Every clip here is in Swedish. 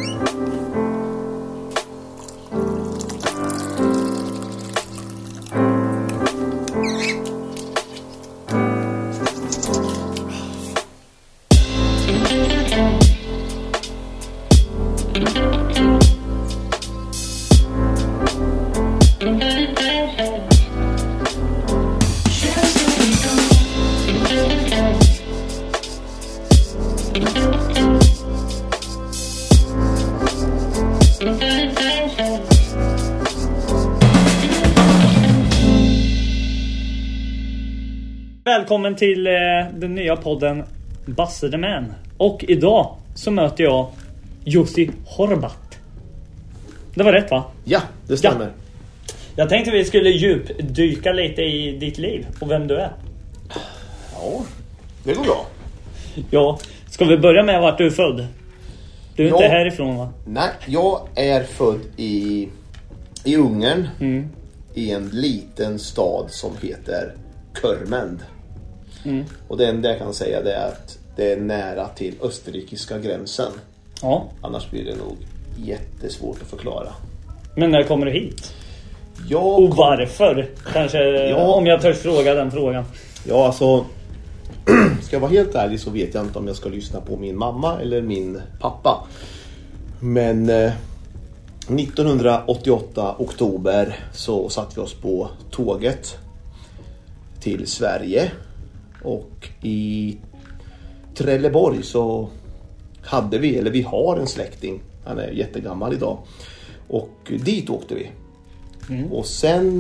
Välkommen till den nya podden Basse the Man. Och idag så möter jag Jussi Horvat. Det var rätt, va? Ja, det stämmer. Ja. Jag tänkte vi skulle djupdyka lite i ditt liv och vem du är. Ja, det går bra. Ja, ska vi börja med vart du är född? Du är inte härifrån, va? Nej, jag är född i Ungern. I en liten stad som heter Körmend. Och det enda jag kan säga det är att det är nära till österrikiska gränsen. Ja. Annars blir det nog jättesvårt att förklara. Men när kommer du hit? Och varför? Kanske om jag törs fråga den frågan. Ja, alltså ska jag vara helt ärlig så vet jag inte om jag ska lyssna på min mamma eller min pappa. Men 1988 oktober så satt vi oss på tåget till Sverige. Och i Trelleborg så vi har en släkting. Han är jättegammal idag. Och dit åkte vi. Och sen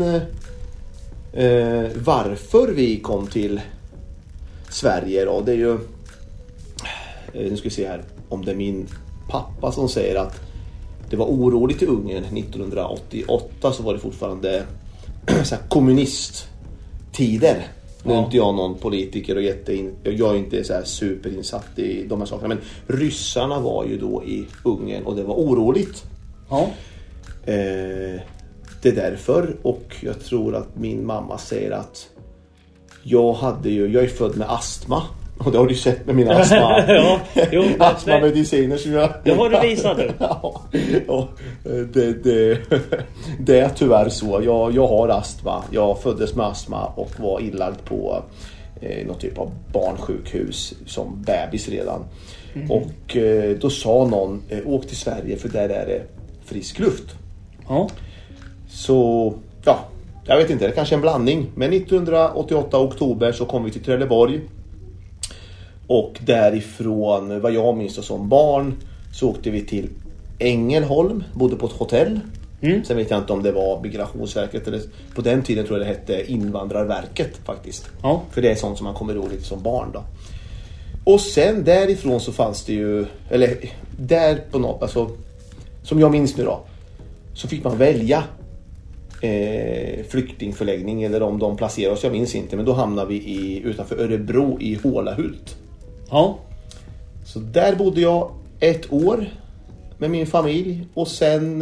varför vi kom till Sverige då, det är ju nu ska vi se här om det är min pappa som säger att det var oroligt i Ungern 1988, så var det fortfarande så här kommunisttider. Nu är inte jag någon politiker och jag är inte så här superinsatt i de här sakerna, men ryssarna var ju då i Ungern och det var oroligt. Ja. Det är därför, och jag tror att min mamma säger att jag är född med astma. Och det har du sett med min astma. Astma-mediciner som jag... Det har du visat du. Ja, det är tyvärr så. Jag har astma. Jag föddes med astma och var inlagd på någon typ av barnsjukhus som bebis redan. Och då sa någon, åk till Sverige för där är det frisk luft. Ja. Så, ja, jag vet inte, det är kanske en blandning. Men 1988 oktober så kom vi till Trelleborg. Och därifrån, vad jag minns som barn, så åkte vi till Ängelholm, bodde på ett hotell. Sen vet jag inte om det var Migrationsverket eller på den tiden tror jag det hette Invandrarverket faktiskt. Ja. För det är sånt som man kommer ihåg lite som barn då. Och sen därifrån så fanns det ju, eller där på något, alltså som jag minns nu då, så fick man välja flyktingförläggning eller om de placerar oss, jag minns inte, men då hamnade vi utanför Örebro i Hålahult. Ja. Så där bodde jag 1 år med min familj och sen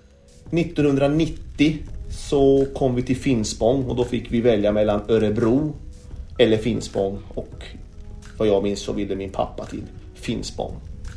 1990 så kom vi till Finspång och då fick vi välja mellan Örebro eller Finspång, och vad jag minns så ville min pappa till Finspång.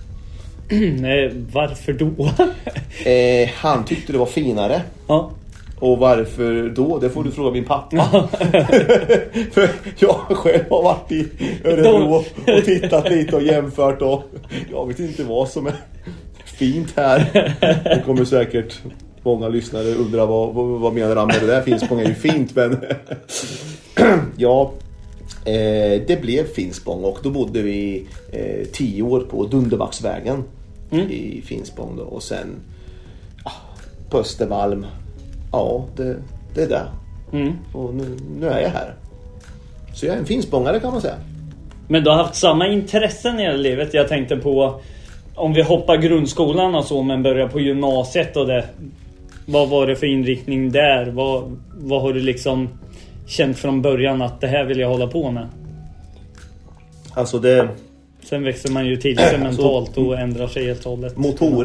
Varför då? Han tyckte det var finare. Ja. Och varför då? Det får du fråga min pappa. För jag själv har varit i Örebro och tittat lite och jämfört, och jag vet inte vad som är fint här. Det kommer säkert många lyssnare undra vad menar han med det där? Finspång är ju fint, men ja, det blev Finspång och då bodde vi 10 år på Dunderbacksvägen i Finspång då, och sen på Östermalm. Ja, det är det. Och nu är jag här. Så jag är en finspångare kan man säga. Men du har haft samma intressen i hela livet. Jag tänkte på om vi hoppar grundskolan och så, men börjar på gymnasiet och det. Vad var det för inriktning där? Vad har du liksom känt från början att det här vill jag hålla på med? Alltså det... Sen växer man ju till sig mentalt och ändrar sig helt och hållet.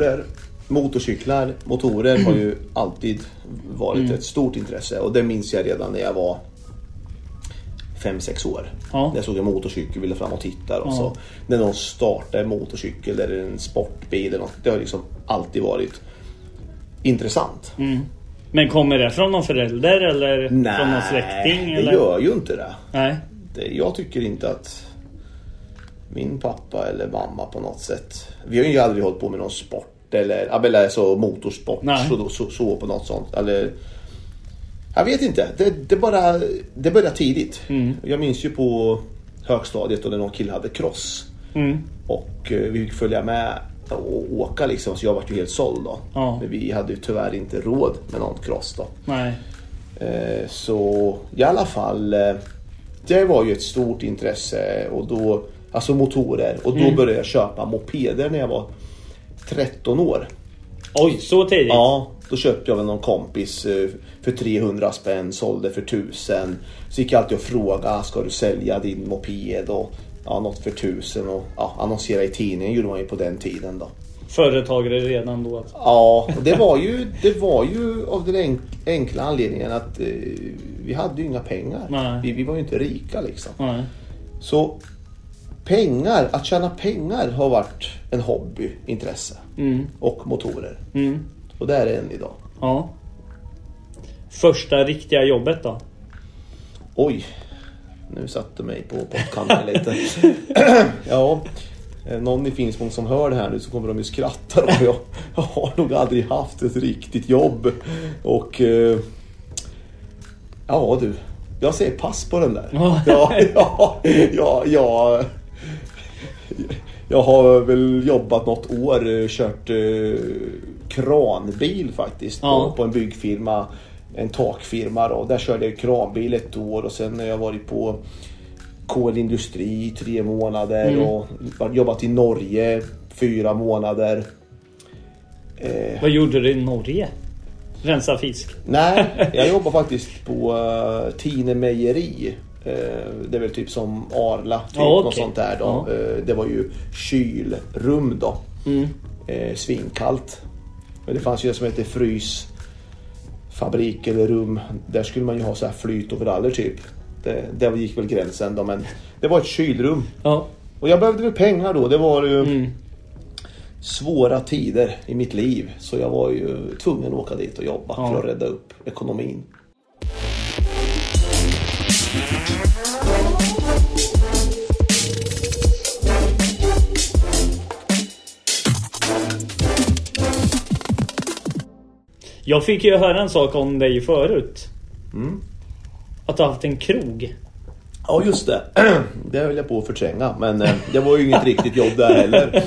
Motorer har ju alltid varit ett stort intresse. Och det minns jag redan när jag var 5-6 år. Ja. Jag såg en motorcykel, ville fram och titta och så. När någon startar en motorcykel eller en sportbil eller något, det har liksom alltid varit intressant. Men kommer det från någon förälder eller från någon släkting? Nej, det gör ju inte det. Nej. Jag tycker inte att min pappa eller mamma på något sätt... Vi har ju aldrig hållit på med någon sport eller så motorsport så på något sånt. Eller, jag vet inte. Det började tidigt. Jag minns ju på högstadiet då någon kille hade cross. Och vi fick följa med och åka liksom, så jag var ju helt såld då. Men vi hade ju tyvärr inte råd med någon cross då. Nej. Så i alla fall det var ju ett stort intresse och då, alltså motorer, och då började jag köpa mopeder när jag var 13 år. Oj, så tidigt? Ja, då köpte jag väl någon kompis för 300 spänn, sålde för 1000. Så gick jag alltid och frågade, ska du sälja din moped och något för 1000 och annonsera i tidningen gjorde man ju på den tiden då. Företagare redan då alltså. Ja, och det var ju av den enkla anledningen att vi hade ju inga pengar. Vi var ju inte rika liksom. Nej. Så att tjäna pengar har varit en hobbyintresse. Och motorer. Och där är det än idag. Ja. Första riktiga jobbet då? Oj, nu satte mig på pottkanten lite. Ja, någon i Finspång som hör det här nu så kommer de ju skratta. Och jag har nog aldrig haft ett riktigt jobb. Och ja du, jag säger pass på den där. Jag har väl jobbat något år, kört kranbil faktiskt på en byggfirma, en takfirma då. Där körde jag kranbil ett år och sen har jag varit på kolindustri 3 månader och jobbat i Norge 4 månader. Vad gjorde du i Norge? Rensa fisk? Nej, jag jobbar faktiskt på Tine Mejeri. Det är väl typ som Arla typ, något sånt där då. Det var ju kylrum då. Svinkallt. Men det fanns ju som heter frysfabrik eller rum. Där skulle man ju ha så här flytoveraller typ. Där gick väl gränsen då, men det var ett kylrum. Och jag behövde väl pengar då. Det var ju svåra tider i mitt liv, så jag var ju tvungen att åka dit och jobba för att rädda upp ekonomin. Jag fick ju höra en sak om dig förut. Att du har haft en krog. Ja, just det. Det höll jag på att förtränga. Men det var ju inget riktigt jobb där heller.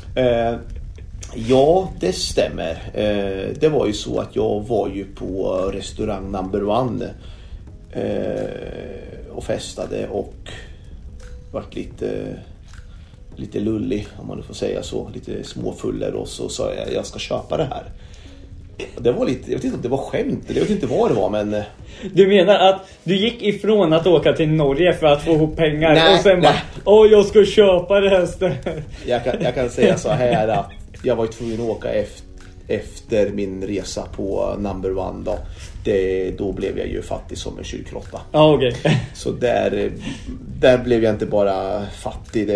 Ja, det stämmer. Det var ju så att jag var ju på restaurang Number One och festade och vart lite lullig, om man får säga så. Lite småfuller, och så sa jag ska köpa det här. Det var lite, jag vet inte om det var skämt, jag vet inte vad det var, men... Du menar att du gick ifrån att åka till Norge för att få ihop pengar och sen bara, jag ska köpa det här stället. Jag kan säga så här att jag var tvungen att åka efter min resa på Number One då. Då blev jag ju fattig som en kyrkråtta. Okay. Så där blev jag inte bara fattig,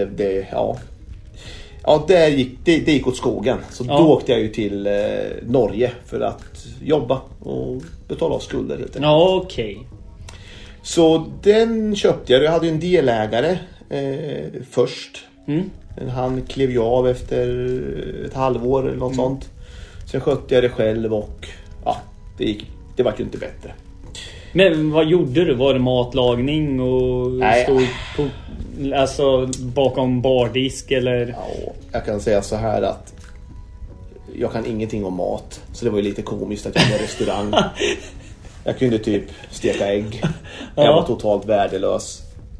det gick åt skogen. Så då åkte jag ju till Norge för att jobba och betala av skulder helt enkelt. Okej. Så den köpte jag. Jag hade ju en delägare först. Han klev ju av efter ett halvår eller något sånt. Sen skötte jag det själv och det var ju inte bättre. Men vad gjorde du? Var det matlagning och stod på, alltså bakom bardisk eller? Ja, jag kan säga så här att jag kan ingenting om mat. Så det var ju lite komiskt att jag var restaurang. Jag kunde typ steka ägg. Jag var totalt värdelös.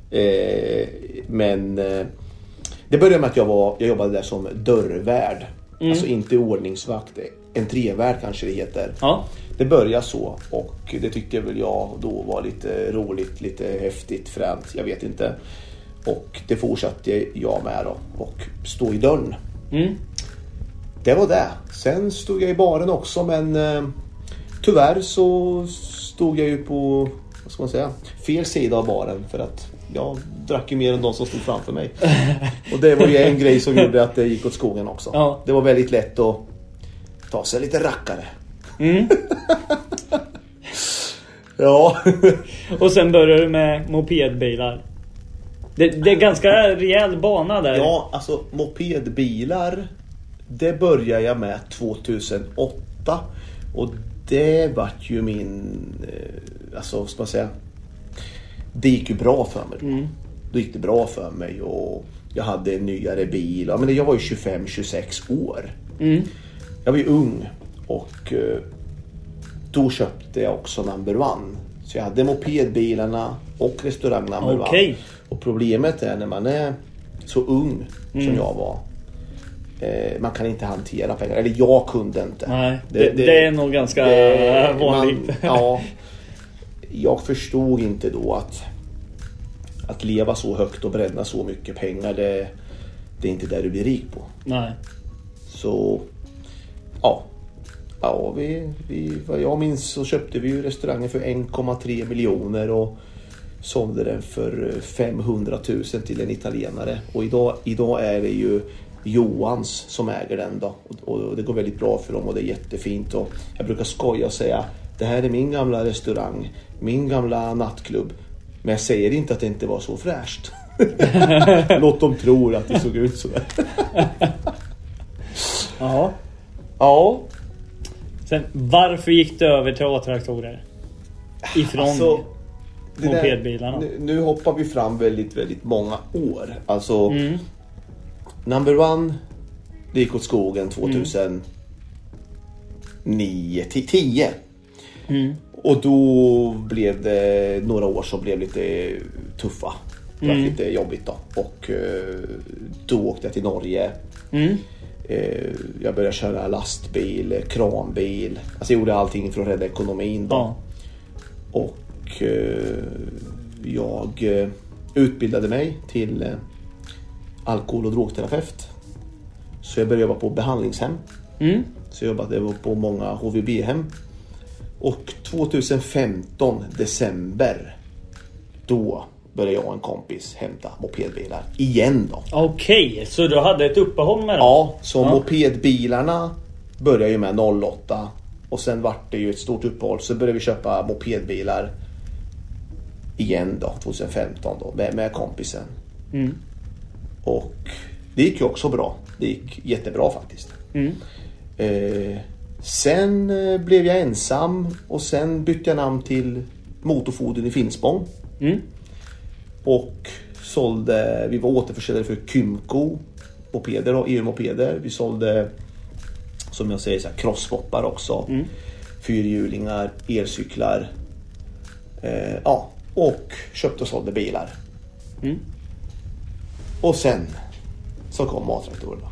Men det började med att jag jobbade där som dörrvärd. Alltså inte ordningsvakt. Entrévärd kanske det heter. Det började så, och det tyckte väl jag då var lite roligt, lite häftigt, fränt, jag vet inte. Och det fortsatte jag med då, och stå i dörren. Det var det. Sen stod jag i baren också, men tyvärr så stod jag ju på ska man säga, fel sida av baren för att jag drack ju mer än de som stod framför mig. Och det var ju en grej som gjorde att det gick åt skogen också. Ja. Det var väldigt lätt att ta sig lite rackare. Ja. Och sen började du med mopedbilar. Det är ganska rejäl bana där. Ja, alltså mopedbilar, det började jag med 2008. Och det var ju alltså ska man säga, det gick ju bra för mig. Då gick det bra för mig och jag hade en nyare bil. Ja, men jag var ju 25-26 år. Jag var ju ung och då köpte jag också Number One. Så jag hade mopedbilarna och restaurang Number One. Och problemet är när man är så ung som jag var. Man kan inte hantera pengar. Eller jag kunde inte. Nej, det är nog ganska vanligt. Jag förstod inte då att leva så högt och bränna så mycket pengar. Det är inte där du blir rik på. Nej. Så vad jag minns så köpte vi ju restaurangen för 1,3 miljoner och sålde den för 500 000 till en italienare. Och idag är det ju Johans som äger den då. Och det går väldigt bra för dem och det är jättefint. Och jag brukar skoja och säga, det här är min gamla restaurang, min gamla nattklubb. Men jag säger inte att det inte var så fräscht. Låt dem tro att det såg ut så där. Ja. Sen, varför gick du över till A-traktorer? Ifrån mopedbilarna? Nu hoppar vi fram väldigt, väldigt många år. Alltså, Number One, det gick åt skogen 2009-10. Och då blev det några år som blev lite tuffa. Det var lite jobbigt då. Och då åkte jag till Norge. Jag började köra lastbil, kranbil. Alltså jag gjorde allting för att rädda ekonomin då. Ja. Och jag utbildade mig till alkohol- och drogterapeut. Så jag började jobba på behandlingshem. Så jag jobbade på många HVB-hem. Och 2015 december då började jag och en kompis hämta mopedbilar igen då. Okej, så du hade ett uppehåll med dem? Ja, så mopedbilarna började ju med 08 och sen vart det ju ett stort uppehåll så började vi köpa mopedbilar igen då 2015 då med kompisen. Och det gick ju också bra. Det gick jättebra faktiskt. Sen blev jag ensam och sen bytte jag namn till Motorfoden i Finspång. Och vi var återförsäljare för Kymco mopeder och EU-mopeder. Vi sålde, som jag säger, så här, crossmoppar också. Fyrhjulingar, elcyklar. Och köpte och sålde bilar. Och sen så kom A-traktorerna.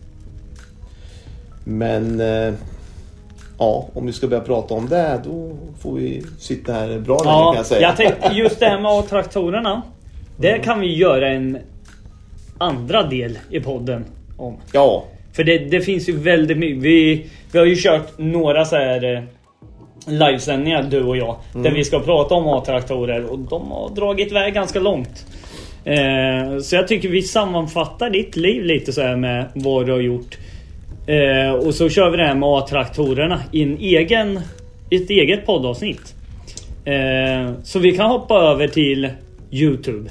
Men om vi ska börja prata om det, då får vi sitta här bra länge, kan jag säga. Jag tänkte just det här med A-traktorerna. Det kan vi göra en andra del i podden om. Ja. För det finns ju väldigt mycket. Vi har ju kört några så här livesändningar, du och jag, där vi ska prata om A-traktorer och de har dragit iväg ganska långt. Så jag tycker vi sammanfattar ditt liv lite så här med vad du har gjort. Och så kör vi det här med A-traktorerna i ett eget poddavsnitt. Så vi kan hoppa över till YouTube.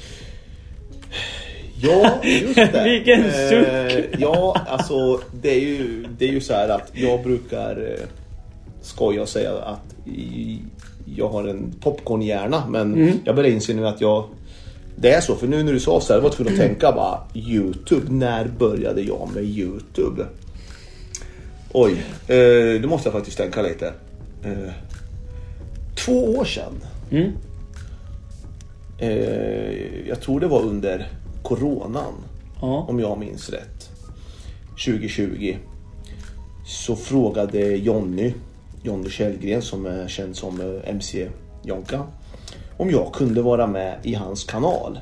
Ja, just det. Vilken suck. Ja, alltså det är ju så här att jag brukar skoja och säga att jag har en popcornhjärna, men jag börjar inse nu att det är så, för nu när du sa så här, var tvungen att tänka bara, YouTube, när började jag med YouTube? Oj, det måste jag faktiskt tänka lite. 2 år sedan. Jag tror det var under coronan, om jag minns rätt. 2020. Så frågade Jonny Källgren, som är känd som MC Jonka, om jag kunde vara med i hans kanal.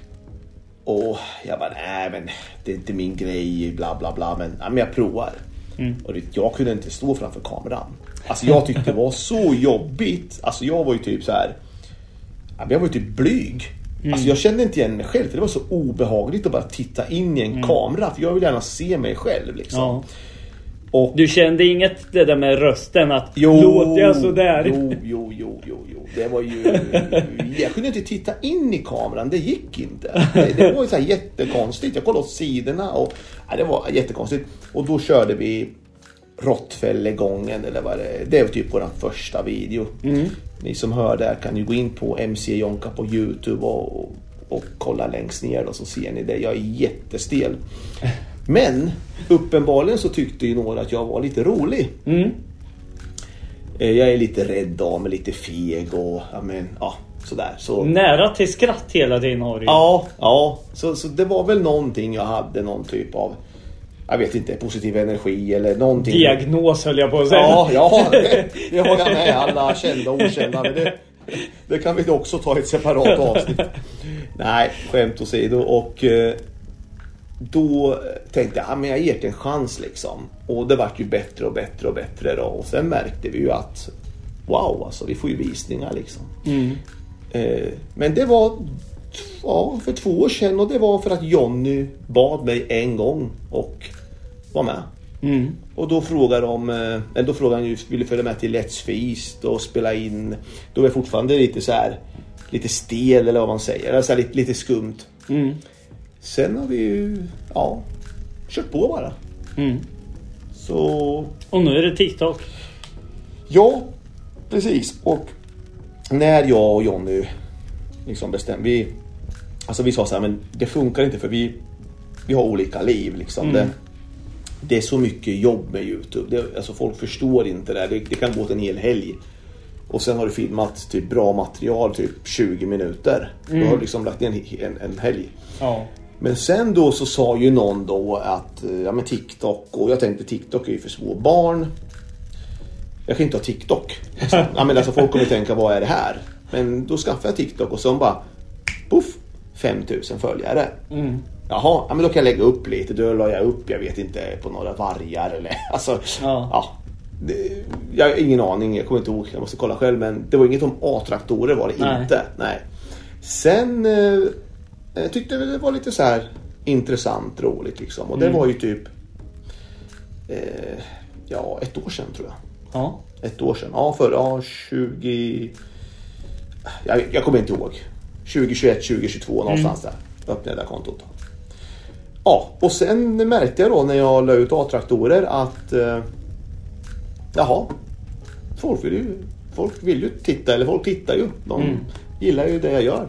Och jag bara, nej men det är inte min grej, bla bla bla, men jag provar. Och jag kunde inte stå framför kameran. Alltså jag tyckte det var så jobbigt. Alltså jag var ju typ så här. Jag var ju typ blyg. Alltså jag kände inte igen mig själv. För det var så obehagligt att bara titta in i en kamera. För jag vill gärna se mig själv liksom. Ja. Och Du kände inget det där med rösten att låter jag så där? Jo. Det var ju... Jag kunde inte titta in i kameran. Det gick inte. Det var ju så här jättekonstigt. Jag kollade åt sidorna och... det var jättekonstigt. Och då körde vi Råttfällegången eller vad det var typ vår första video. Ni som hör där kan ju gå in på MC Jonka på YouTube och kolla längst ner då, så ser ni det. Jag är jättestel. Men uppenbarligen så tyckte ju några att jag var lite rolig. Jag är lite rädd av mig, lite feg och sådär. Så... Nära till skratt hela tiden har du. Ja. Så det var väl någonting jag hade, någon typ av, jag vet inte, positiv energi eller någonting. Diagnos höll jag på att säga. Ja, det har jag med, alla kända och okända. Men det kan vi också ta ett separat avsnitt. Nej, skämt åsido. Och då tänkte jag, men jag ger det en chans liksom. Och det vart ju bättre och bättre och bättre då. Och sen märkte vi ju att wow, alltså vi får ju visningar liksom. Men det var för 2 år sedan, och det var för att Jonny bad mig en gång och var med. Och då frågade han ju, ville följa med till Let's Feast och spela in. Då är fortfarande lite så här, lite stel eller vad man säger, alltså lite skumt. Sen har vi ju kört på bara. Så... Och nu är det TikTok. Ja, precis. Och när jag och Jonny liksom bestämde, vi sa så här, men det funkar inte för vi har olika liv liksom. Det är så mycket jobb med YouTube. Alltså folk förstår inte det. Det kan gå åt en hel helg. Och sen har du filmat typ bra material, typ 20 minuter. Då har du liksom lagt in en helg. Ja. Men sen då så sa ju någon då att men TikTok, och jag tänkte TikTok är ju för små barn. Jag kan inte ha TikTok. Men alltså folk kommer tänka, vad är det här? Men då skaffade jag TikTok och så bara puff, 5000 följare. Jaha, men då kan jag lägga upp lite. Då la jag upp, jag vet inte, på några vargar eller alltså jag har ingen aning, jag kommer inte ihåg, jag måste kolla själv, men det var inget om A-traktorer var det inte. Nej. Sen tyckte jag det var lite så här intressant, roligt liksom. Och det var ju typ 1 år sedan tror jag. Ja. 1 år sedan. 20... Jag kommer inte ihåg. 2021, 2022 någonstans där. Öppnade jag kontot. Ja, och sen märkte jag då när jag la ut A-traktorer att folk vill ju titta, eller folk tittar ju. De gillar ju det jag gör.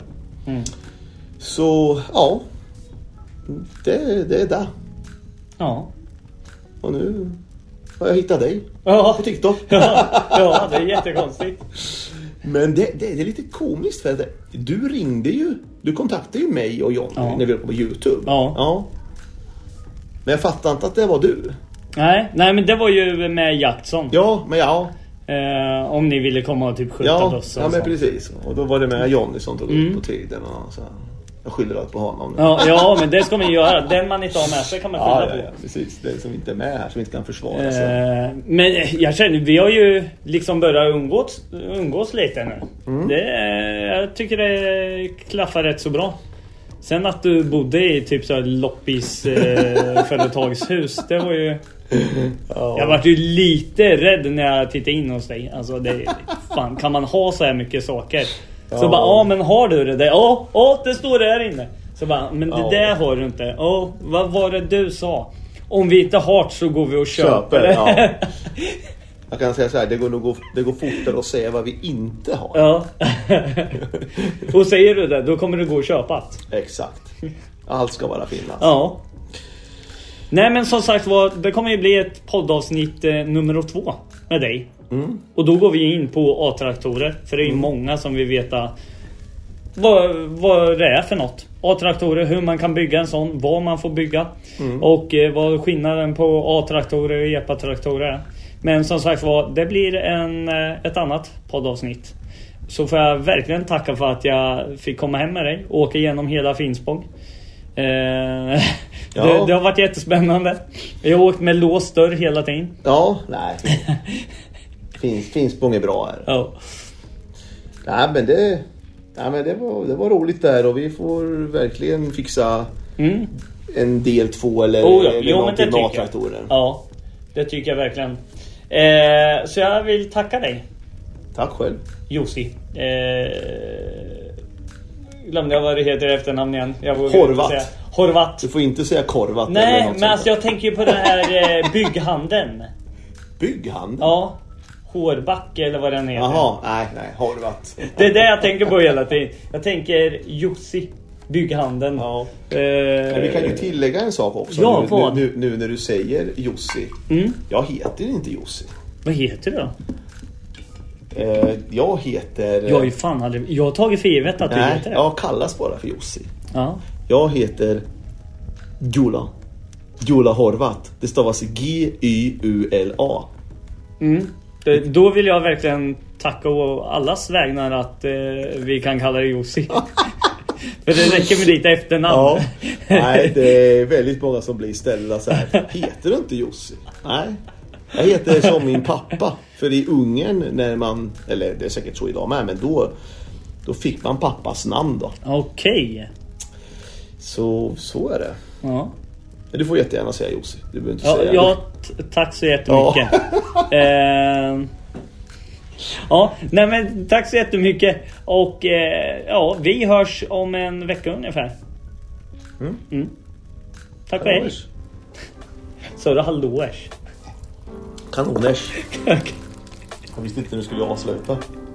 Så det är det. Ja. Och nu har jag hittat dig på TikTok. Ja, det är jättekonstigt. Men det är lite komiskt för att du kontaktade ju mig och John när vi var på YouTube. Ja. Men jag fattar inte att det var du. Nej, men det var ju med Jackson. Ja, men om ni ville komma och typ skjuta bussar. Ja, men precis. Och då var det med Jonny som tog upp på tiden och så. Jag skyller allt på honom. Ja, men det ska man göra. Den man inte har med sig kan man skylla på. Ja, precis. Det som inte är med här, som inte kan försvara Men jag känner, vi har ju liksom börjat umgås lite nu. Jag tycker det klaffar rätt så bra. Sen att du bodde i typ så här loppis företagshus, det var ju... Jag var ju lite rädd när jag tittade in hos dig. Alltså fan, kan man ha så här mycket saker? Så bara, men har du det där? Ja, det står där inne. Så bara, men det där har du inte. Vad var det du sa? Om vi inte har så går vi och köper. Jag kan säga så här, det går fortare att säga vad vi inte har. Ja. Och säger du det, då kommer du gå och köpa. Exakt. Allt ska bara finnas. Ja. Nej, men som sagt, det kommer ju bli ett poddavsnitt nummer 2 med dig. Och då går vi in på A-traktorer. För det är ju många som vill veta vad det är för något. A-traktorer, hur man kan bygga en sån, vad man får bygga. Och vad skillnaden på A-traktorer och EPA-traktorer är. Men som sagt, det blir ett annat poddavsnitt. Så får jag verkligen tacka för att jag fick komma hem med dig och åka igenom hela Finspång. Ja. Det har varit jättespännande. Jag har åkt med låst dörr hela tiden. Ja, nej. finns många bra här. Ja. Nej, men det var roligt där och vi får verkligen fixa en del 2 eller någonting med A-traktorer. Ja, det tycker jag verkligen. Så jag vill tacka dig. Tack själv. Jussi. Glömde jag vad det heter efternamn igen. Horvat. Du får inte säga Korvat. Nej, men alltså jag tänker ju på den här bygghandeln. Bygghandeln? Ja. Hårback eller vad den heter. Jaha, nej, Horvat. Det är det jag tänker på hela tiden. Jag tänker Jussi. Bygghandeln. Ja. Men vi kan ju tillägga en sak också. Ja, nu när du säger Jussi. Jag heter inte Jussi. Vad heter du då? Jag heter... Jag har tagit för givet att du heter det. Jag kallas bara för Jussi. Ja. Jag heter Gula Horvat. Det stavas G-Y-U-L-A. Då vill jag verkligen tacka allas vägnar att vi kan kalla det Jussi. För det räcker med ditt efternamn. Ja. Nej, det är väldigt många som blir ställda så här. Heter du inte Jussi? Nej. Jag heter som min pappa. För i Ungern när man, eller det är säkert så idag med, men då fick man pappas namn då. Okej. Så är det. Ja. Du får jättegärna säga Jussi. Du behöver inte säga ja, tack så jättemycket. Ja, nej men tack så jättemycket. Och vi hörs om en vecka ungefär. Tack och hej. Så det hallåers. Kanoners. Jag visste inte när du skulle avsluta.